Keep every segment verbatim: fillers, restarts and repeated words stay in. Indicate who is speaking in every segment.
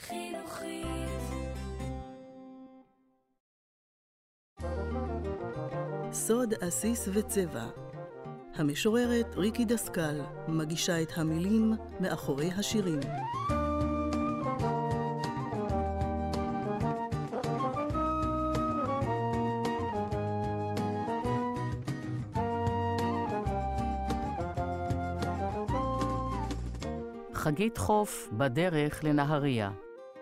Speaker 1: חינוכית.
Speaker 2: סוד עסיס וצבע. המשוררת ריקי דסקל מגישה את המילים מאחורי השירים.
Speaker 3: חגית חוף בדרך לנהריה.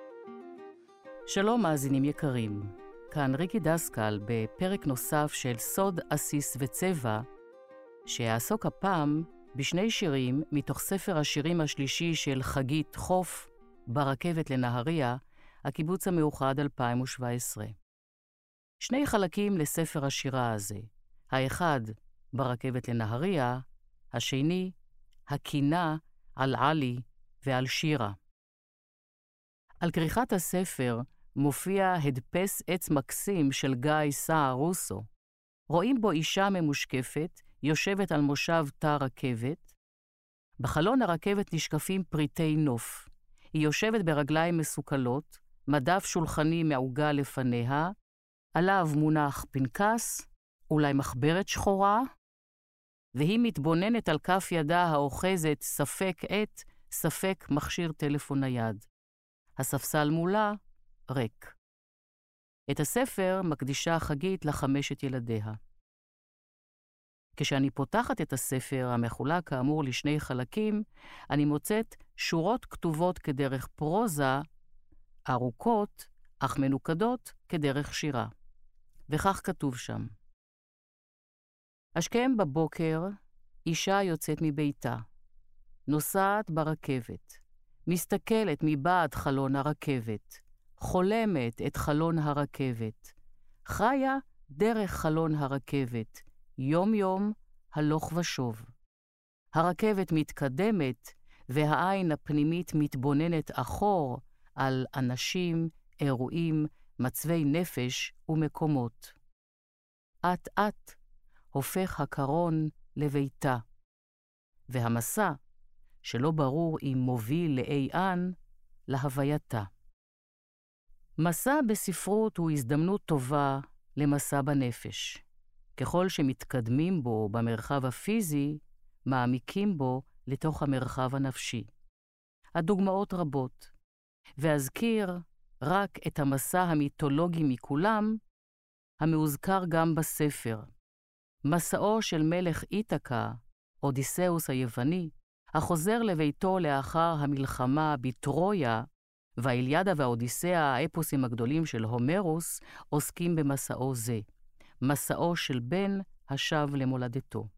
Speaker 3: שלום מאזינים יקרים, כאן ריקי דסקל בפרק נוסף של סוד עסיס וצבע, שיעסוק הפעם בשני שירים מתוך ספר השירים השלישי של חגית חוף ברכבת לנהריה, הקיבוץ המאוחד אלפיים שבע עשרה. שני חלקים לספר השירה הזה, האחד ברכבת לנהריה, השני הקינה על עלי ועל שירה. על כריכת הספר מופיע הדפס עץ מקסים של גיא סער רוסו. רואים בו אישה ממושקפת, יושבת על מושב תא רכבת. בחלון הרכבת נשקפים פריטי נוף. היא יושבת ברגליים מסוכלות, מדף שולחני מעוגל לפניה, עליו מונח פנקס, אולי מחברת שחורה, והיא מתבוננת על כף ידה האוחזת ספק עת, ספק מכשיר טלפון נייד. הספסל מולה ריק. את הספר מקדישה חגית לחמשת ילדיה. כשאני פותחת את הספר, המחולק כאמור לשני חלקים, אני מוצאת שורות כתובות כדרך פרוזה, ארוכות, אך מנוקדות כדרך שירה. וכך כתוב שם. השכם בבוקר, אישה יוצאת מביתה, נוסעת ברכבת, מסתכלת מבעד חלון הרכבת, חולמת את חלון הרכבת, חיה דרך חלון הרכבת, יום יום הלוך ושוב. הרכבת מתקדמת, והעין הפנימית מתבוננת אחור על אנשים, אירועים, מצבי נפש ומקומות. את את הופך הקרון לביתה, והמסע, שלא ברור אם מוביל לאי-אן, להווייתה. מסע בספרות הוא הזדמנות טובה למסע בנפש. ככל שמתקדמים בו במרחב הפיזי, מעמיקים בו לתוך המרחב הנפשי. הדוגמאות רבות, ואזכיר רק את המסע המיתולוגי מכולם, המאוזכר גם בספר. מסעו של מלך איתקה, אודיסאוס היווני, החוזר לביתו לאחר המלחמה בטרויה, והאיליאדה והאודיסאה, האפוסים הגדולים של הומרוס, עוסקים במסעו זה, מסעו של בן השב למולדתו.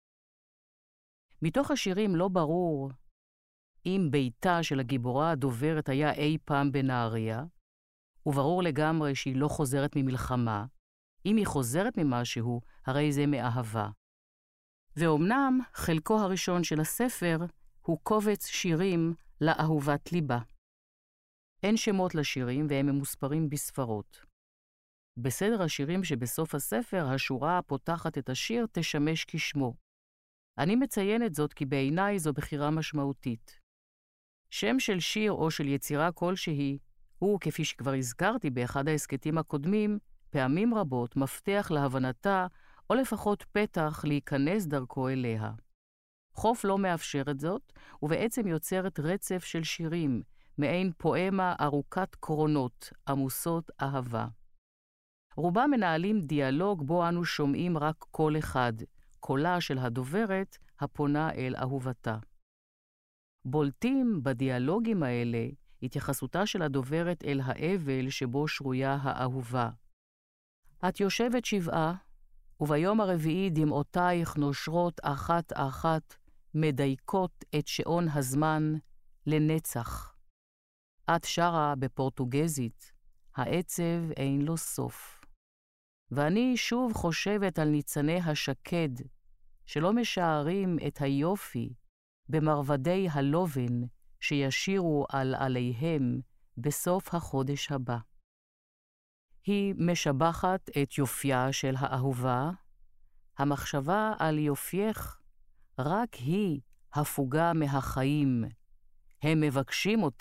Speaker 3: מתוך השירים לא ברור אם ביתה של הגיבורה הדוברת היה אי פעם בנהריה, וברור לגמרי שהיא לא חוזרת ממלחמה. אם היא חוזרת ממשהו, הרי זה מאהבה. ואומנם חלקו הראשון של הספר הוא קובץ שירים לאהובת ליבה. אין שמות לשירים והם ממוספרים בספרות. בסדר השירים שבסוף הספר, השורה הפותחת את השיר תשמש כשמו. אני מציינת זאת כי בעיניי זו בחירה משמעותית. שם של שיר או של יצירה כלשהי הוא, כפי שכבר הזכרתי באחד העסקטים הקודמים, פעמים רבות מפתח להבנתה, או לפחות פתח להיכנס דרכו אליה. חוף לא מאפשרת זאת, ובעצם יוצרת רצף של שירים, מעין פואמה ארוכת קרונות, עמוסות אהבה. רובם מנהלים דיאלוג בו אנו שומעים רק קול אחד, קולה של הדוברת הפונה אל אהובתה. בולטים בדיאלוגים האלה התייחסותה של הדוברת אל האבל שבו שרויה האהובה. את יושבת שבעה, וביום הרביעי דמעותייך נושרות אחת אחת, מדייקות את שעון הזמן לנצח. את שרה בפורטוגזית, העצב אין לו סוף. ואני שוב חושבת על ניצני השקד, שלא משערים את היופי במרבדי הלובן שישירו על עליהם בסוף החודש הבא. היא משבחת את יופייה של האהובה, המחשבה על יופייך רק היא הפוגה מהחיים. הם מבקשים אותי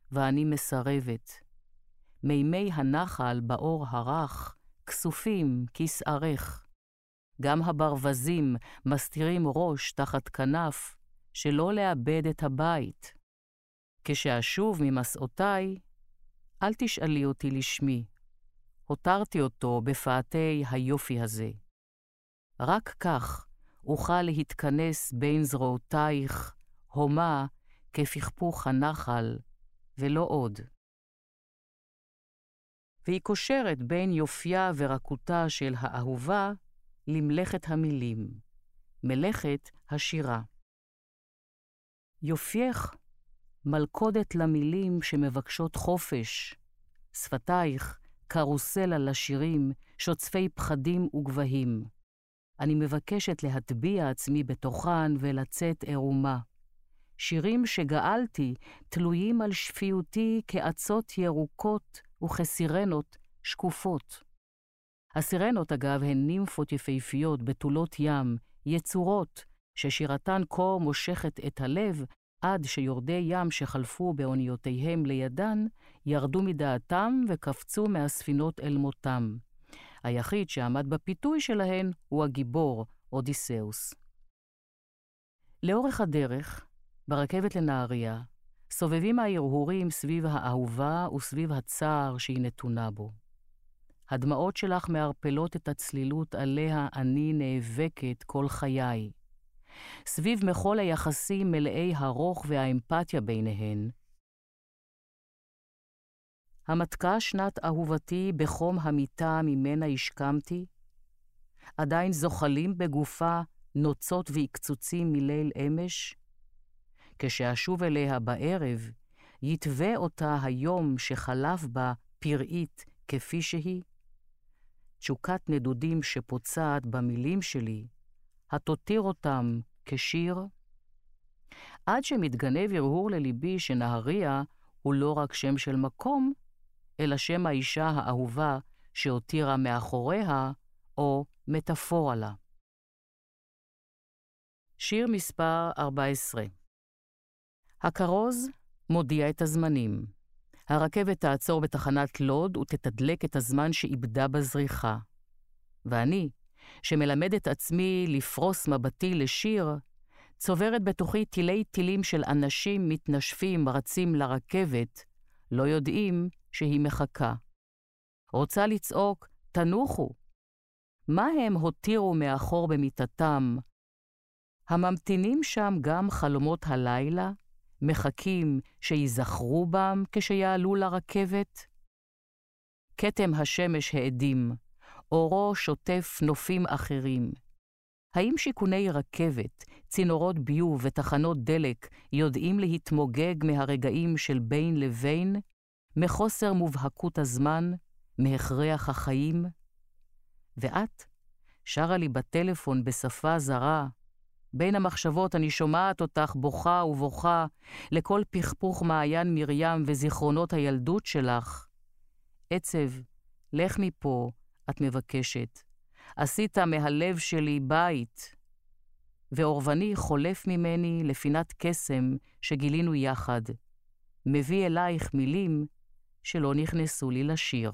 Speaker 3: ואני מסרבת. מימי הנחל באור הרך, כסופים כשערך. גם הברווזים מסתירים ראש תחת כנף, שלא לאבד את הבית. כשאשוב ממסעותיי, אל תשאלי אותי לשמי. הותרתי אותו בפאתי היופי הזה. רק כך אוכל להתכנס בין זרועותייך, הומה כפכפוך הנחל, ולא עוד. והיא קושרת בין יופייה ורקותה של האהובה למלאכת המילים, מלאכת השירה. יופייך מלכודת למילים שמבקשות חופש, שפתייך קרוסלה לשירים, שוצפי פחדים וגבהים. אני מבקשת להטביע עצמי בתוכן ולצאת ערומה. שירים שגאלתי תלויים על שפיותי כעצות ירוקות וכסירנות שקופות. הסירנות, אגב, הן נימפות יפהפיות בתולות ים, יצורות, ששירתן כה מושכת את הלב, עד שיורדי ים שחלפו באוניותיהם לידן, ירדו מדעתם וקפצו מהספינות אל מותם. היחיד שעמד בפיתוי שלהן הוא הגיבור, אודיסאוס. לאורך הדרך, ברכבת לנהריה, סובבים ההרהורים סביב האהובה וסביב הצער שהיא נתונה בו. הדמעות שלך מערפלות את הצלילות עליה אני נאבקת כל חיי. סביב מחול היחסים מלאי הרוך והאמפתיה ביניהן, המתקה שנת אהובתי בחום המיטה ממנה השכמתי, עדיין זוחלים בגופה נוצות והקצוצים מליל אמש, כשאשוב אליה בערב, יתווה אותה היום שחלף בה פראית כפי שהיא, תשוקת נדודים שפוצעת במילים שלי, התותיר אותם כשיר, עד שמתגנב הרהור לליבי שנהריה הוא לא רק שם של מקום, אלא שם האישה האהובה שהותירה מאחוריה, או מטאפורה לה. שיר מספר ארבע עשרה. הכרוז מודיע את הזמנים. הרכבת תעצור בתחנת לוד ותתדלק את הזמן שאיבדה בזריחה. ואני, שמלמד את עצמי לפרוס מבטי לשיר, צוברת בתוכי תילי תילים של אנשים מתנשפים רצים לרכבת, לא יודעים שהיא מחכה. רוצה לצעוק, תנוחו. מה הם הותירו מאחור במיטתם? הממתינים שם גם חלומות הלילה, מחכים שיזכרו בם כשיעלו לרכבת? כתם השמש העדים, אורו שוטף נופים אחרים. האם שיכוני רכבת, צינורות ביוב ותחנות דלק יודעים להתמוגג מהרגעים של בין לבין, מחוסר מובהקות הזמן, מהכרח החיים? ואת שרה לי בטלפון בשפה זרה, בין המחשבות אני שומעת אותך בוכה ובוכה לכל פכפוך מעיין מרים וזיכרונות הילדות שלך. עצב, לך מפה, את מבקשת. עשית מהלב שלי בית. ואורבני חולף ממני לפינת קסם שגילינו יחד. מביא אלייך מילים שלא נכנסו לי לשיר.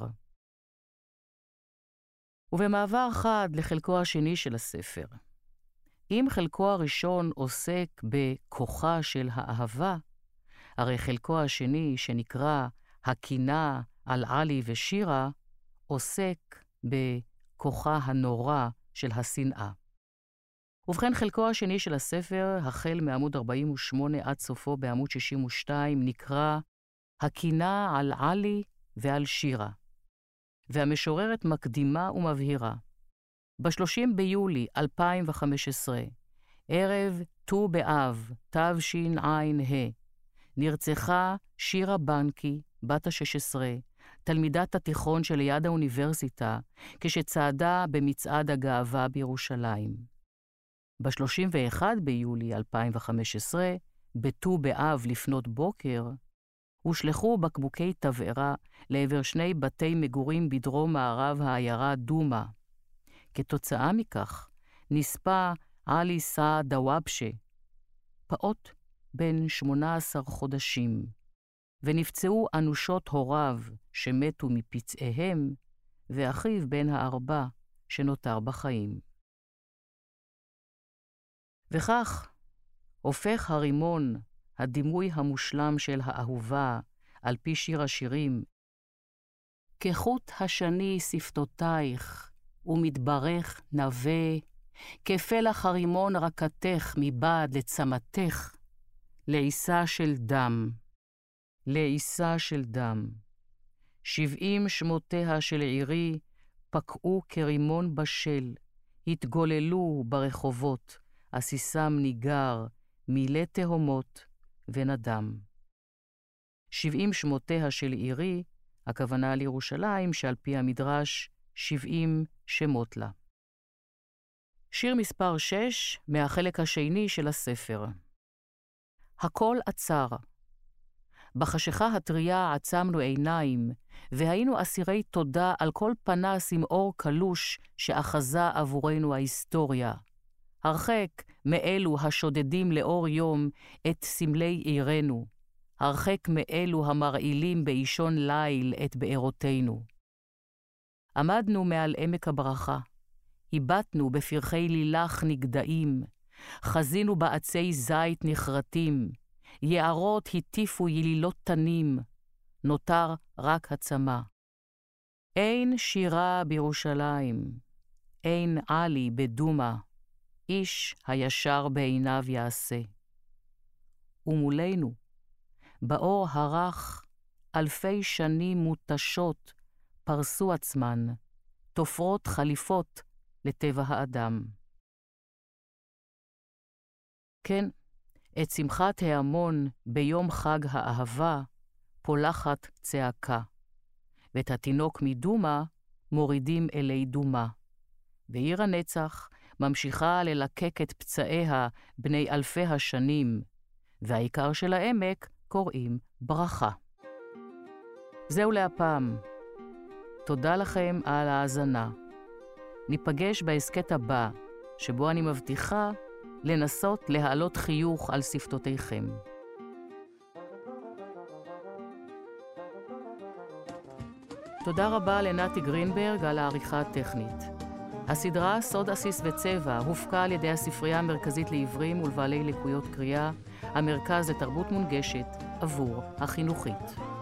Speaker 3: ובמעבר חד לחלקו השני של הספר. אם חלקו הראשון עוסק בכוחה של האהבה, הרי חלקו השני שנקרא הקינה על עלי ושירה, עוסק בכוחה הנורא של השנאה. ובכן, חלקו השני של הספר, החל מעמוד ארבעים ושמונה עד סופו בעמוד שישים ושתיים, נקרא הקינה על עלי ועל שירה. והמשוררת מקדימה ומבהירה. ב-שלושים ביולי אלפיים וחמש עשרה, ערב ט"ו באב, תשע"ה, נרצחה שירה בנקי, בת ה-שש עשרה, תלמידת התיכון שליד האוניברסיטה, כשצעדה במצעד הגאווה בירושלים. ב-שלושים ואחד ביולי אלפיים וחמש עשרה, בט"ו באב לפנות בוקר, הושלחו בקבוקי תבערה לעבר שני בתי מגורים בדרום מערב העיירה דומה. כתוצאה מכך, נספה עלי סעד דוואבשה, פעוט בן שמונה עשר חודשים, ונפצעו אנושות הוריו שמתו מפצעיהם, ואחיו בן הארבע שנותר בחיים. וכך הופך הרימון, הדימוי המושלם של האהובה, על פי שיר השירים, כחוט השני שפתותייך, ומתברך נווה, כפלח הרימון רקתך מבעד לצמתך, לעיסה של דם, לעיסה של דם. שבעים שמותיה של עירי פקעו כרימון בשל, התגוללו ברחובות, עסיסם ניגר, מילי תהומות ונדם. שבעים שמותיה של עירי, הכוונה לירושלים שעל פי המדרש שבעים שמות לה. שיר מספר שש מהחלק השני של הספר. הכל עצר. בחשיכה הטריה עצמנו עיניים, והיינו אסירי תודה על כל פנס עם אור קלוש שאחזה עבורנו ההיסטוריה. הרחק מאלו השודדים לאור יום את סמלי עירנו, הרחק מאלו המרעילים באישון ליל את בארותינו. עמדנו מעל עמק הברכה, היבטנו בפרחי לילך נגדעים, חזינו בעצי זית נחרטים, יערות הטיפו ילילות תנים, נותר רק הצמא. אין שירה בירושלים, אין עלי בדומה, איש הישר בעיניו יעשה. ומולנו, באור הרך, אלפי שנים מותשות פרסו עצמן, תופרות חליפות לטבע האדם. כן, את שמחת ההמון ביום חג האהבה פולחת צעקה, ואת התינוק מדומה מורידים אלי דומה. ועיר הנצח ממשיכה ללקק את פצעיה בני אלפי השנים, והעיקר של העמק קוראים ברכה. זהו להפעם. תודה לכם על ההאזנה. ניפגש בהסקט הבא, שבו אני מבטיחה לנסות להעלות חיוך על שפתותיכם. תודה רבה לנתי גרינברג על העריכה הטכנית. הסדרה סוד עסיס וצבע הופקה על ידי הספרייה המרכזית לעיוורים ולבעלי לקויות קריאה, המרכז לתרבות מונגשת עבור החינוכית.